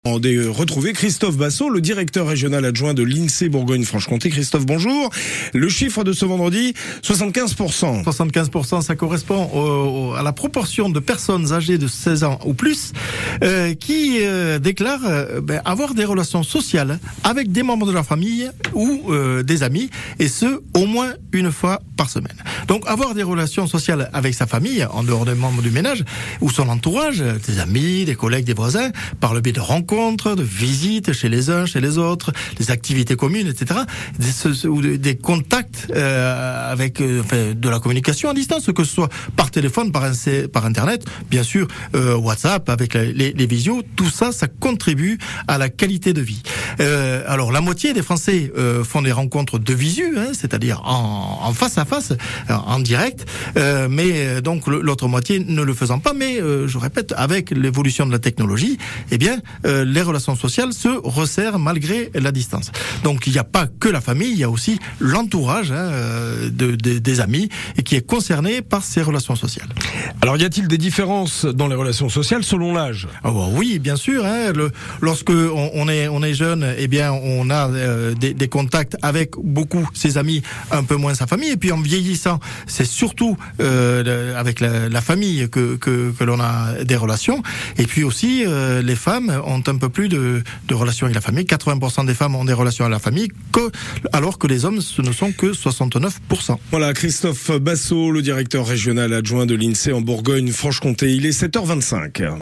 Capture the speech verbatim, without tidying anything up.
On a retrouvé Christophe Bassot, le directeur régional adjoint de l'INSEE Bourgogne-Franche-Comté. Christophe, bonjour. Le chiffre de ce vendredi, soixante-quinze pour cent. soixante-quinze pour cent, ça correspond au, à la proportion de personnes âgées de seize ans ou plus euh, qui euh, déclarent euh, ben, avoir des relations sociales avec des membres de leur famille ou euh, des amis, et ce, au moins une fois par semaine. Donc avoir des relations sociales avec sa famille, en dehors des membres du ménage, ou son entourage, des amis, des collègues, des voisins, par le biais de rencontres, de visites chez les uns, chez les autres, des activités communes, et cetera, des, ou des contacts euh, avec euh, enfin, de la communication à distance, que ce soit par téléphone, par, par internet, bien sûr, euh, WhatsApp, avec les, les, les visios, tout ça, ça contribue à la qualité de vie. Euh, alors, la moitié des Français euh, font des rencontres de visu, hein, c'est-à-dire en, en face à face, en direct, euh, mais donc l'autre moitié ne le faisant pas. Mais euh, je répète, avec l'évolution de la technologie, eh bien, euh, les relations sociales se resserrent malgré la distance. Donc il n'y a pas que la famille, il y a aussi l'entourage hein, de, de, des amis et qui est concerné par ces relations sociales. Alors y a-t-il des différences dans les relations sociales selon l'âge ? Alors, oui, bien sûr. Hein, le, lorsque on, on est on est jeune, eh bien on a euh, des, des contacts avec beaucoup ses amis, un peu moins sa famille. Et puis en vieillissant, c'est surtout euh, avec la, la famille que que, que l'on a des relations. Et puis aussi euh, les femmes ont un peu plus de, de relations avec la famille. quatre-vingts pour cent des femmes ont des relations avec la famille, que, alors que les hommes, ce ne sont que soixante-neuf pour cent. Voilà, Christophe Bassot, le directeur régional adjoint de l'INSEE en Bourgogne-Franche-Comté. Il est sept heures vingt-cinq.